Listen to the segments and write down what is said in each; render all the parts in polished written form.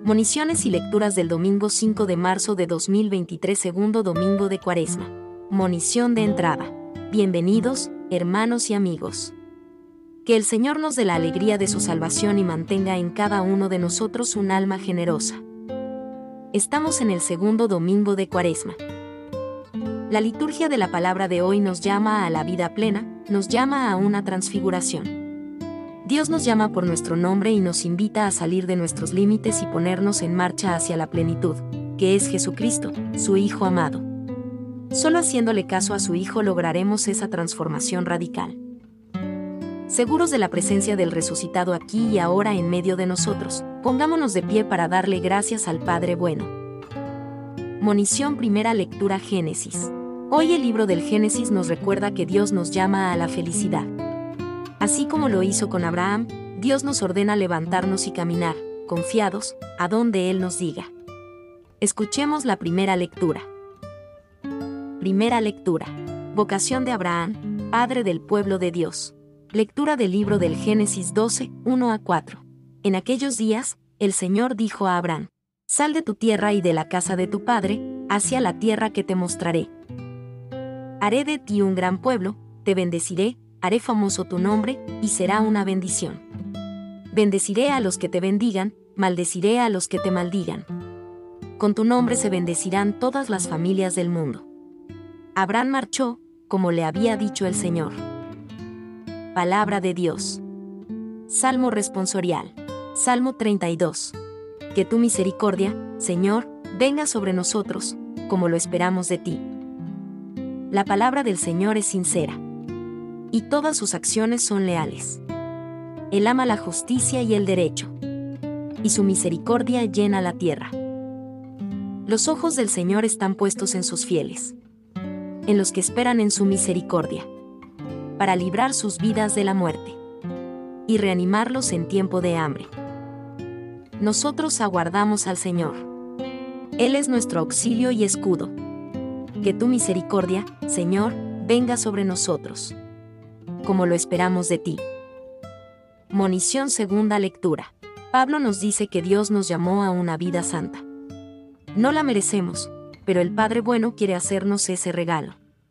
Moniciones y lecturas del domingo 5 de marzo de 2023, segundo domingo de Cuaresma. Monición de entrada. Bienvenidos, hermanos y amigos. Que el Señor nos dé la alegría de su salvación y mantenga en cada uno de nosotros un alma generosa. Estamos en el segundo domingo de Cuaresma. La liturgia de la palabra de hoy nos llama a la vida plena, nos llama a una transfiguración. Dios nos llama por nuestro nombre y nos invita a salir de nuestros límites y ponernos en marcha hacia la plenitud, que es Jesucristo, su Hijo amado. Solo haciéndole caso a su Hijo lograremos esa transformación radical. Seguros de la presencia del resucitado aquí y ahora en medio de nosotros, pongámonos de pie para darle gracias al Padre bueno. Monición, primera lectura, Génesis. Hoy el libro del Génesis nos recuerda que Dios nos llama a la felicidad. Así como lo hizo con Abraham, Dios nos ordena levantarnos y caminar, confiados, a donde Él nos diga. Escuchemos la primera lectura. Primera lectura. Vocación de Abraham, padre del pueblo de Dios. Lectura del libro del Génesis 12, 1-4. En aquellos días, el Señor dijo a Abraham: Sal de tu tierra y de la casa de tu padre, hacia la tierra que te mostraré. Haré de ti un gran pueblo, te bendeciré, haré famoso tu nombre, y será una bendición. Bendeciré a los que te bendigan, maldeciré a los que te maldigan. Con tu nombre se bendecirán todas las familias del mundo. Abraham marchó, como le había dicho el Señor. Palabra de Dios. Salmo responsorial. Salmo 32. Que tu misericordia, Señor, venga sobre nosotros, como lo esperamos de ti. La palabra del Señor es sincera, y todas sus acciones son leales. Él ama la justicia y el derecho, y su misericordia llena la tierra. Los ojos del Señor están puestos en sus fieles, en los que esperan en su misericordia, para librar sus vidas de la muerte, y reanimarlos en tiempo de hambre. Nosotros aguardamos al Señor. Él es nuestro auxilio y escudo. Que tu misericordia, Señor, venga sobre nosotros, como lo esperamos de ti. Monición, segunda lectura. Pablo nos dice que Dios nos llamó a una vida santa. No la merecemos, pero el Padre bueno quiere hacernos ese regalo.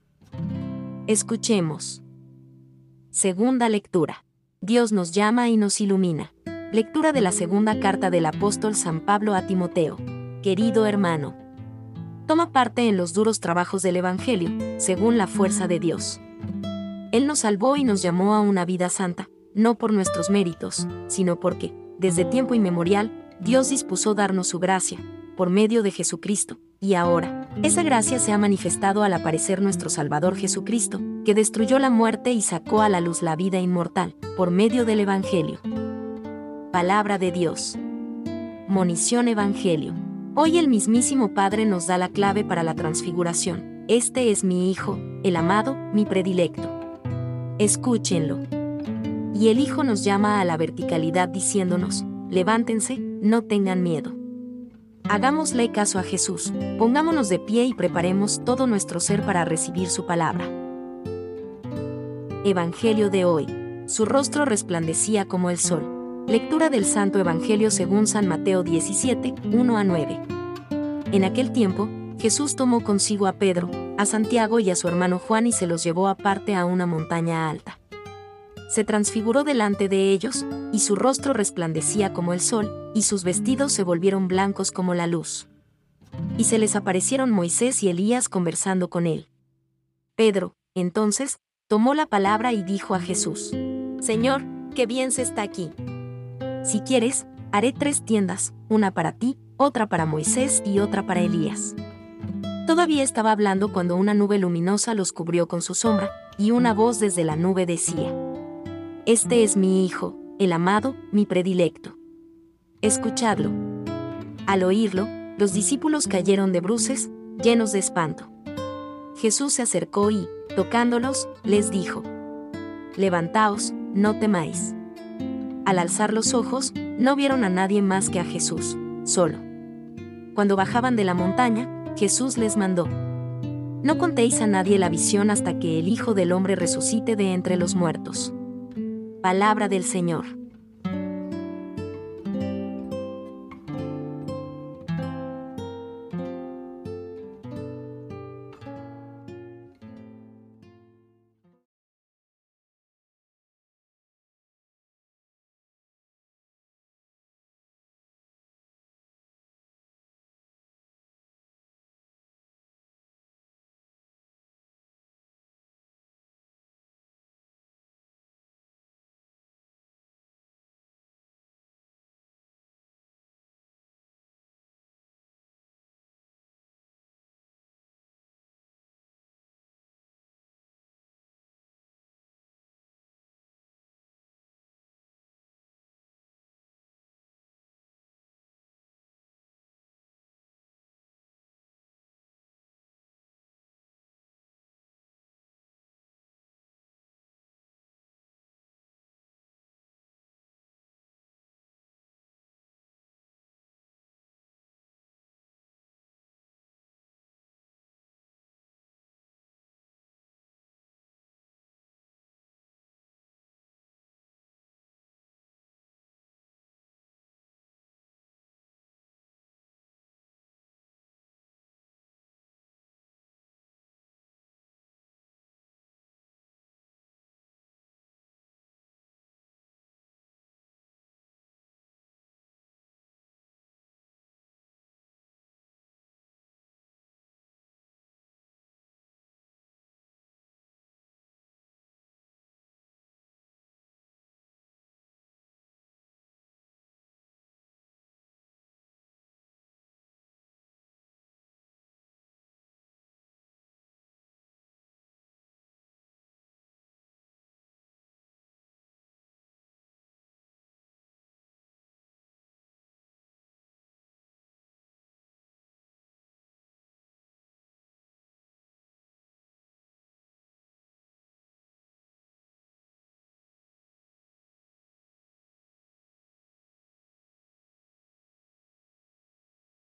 Escuchemos. Segunda lectura. Dios nos llama y nos ilumina. Lectura de la segunda carta del apóstol San Pablo a Timoteo. Querido hermano, toma parte en los duros trabajos del Evangelio, según la fuerza de Dios. Él nos salvó y nos llamó a una vida santa, no por nuestros méritos, sino porque, desde tiempo inmemorial, Dios dispuso darnos su gracia, por medio de Jesucristo, y ahora, esa gracia se ha manifestado al aparecer nuestro Salvador Jesucristo, que destruyó la muerte y sacó a la luz la vida inmortal, por medio del Evangelio. Palabra de Dios. Monición Evangelio. Hoy el mismísimo Padre nos da la clave para la transfiguración. Este es mi Hijo, el amado, mi predilecto. Escúchenlo. Y el Hijo nos llama a la verticalidad diciéndonos: levántense, no tengan miedo. Hagámosle caso a Jesús, pongámonos de pie y preparemos todo nuestro ser para recibir su palabra. Evangelio de hoy. Su rostro resplandecía como el sol. Lectura del Santo Evangelio según San Mateo 17, 1-9. En aquel tiempo, Jesús tomó consigo a Pedro, a Santiago y a su hermano Juan y se los llevó aparte a una montaña alta. Se transfiguró delante de ellos, y su rostro resplandecía como el sol, y sus vestidos se volvieron blancos como la luz. Y se les aparecieron Moisés y Elías conversando con él. Pedro, entonces, tomó la palabra y dijo a Jesús: Señor, qué bien se está aquí. Si quieres, haré 3 tiendas, una para ti, otra para Moisés y otra para Elías. Todavía estaba hablando cuando una nube luminosa los cubrió con su sombra, y una voz desde la nube decía: Este es mi Hijo, el amado, mi predilecto. Escuchadlo. Al oírlo, los discípulos cayeron de bruces, llenos de espanto. Jesús se acercó y, tocándolos, les dijo: Levantaos, no temáis. Al alzar los ojos, no vieron a nadie más que a Jesús, solo. Cuando bajaban de la montaña, Jesús les mandó: No contéis a nadie la visión hasta que el Hijo del Hombre resucite de entre los muertos. Palabra del Señor.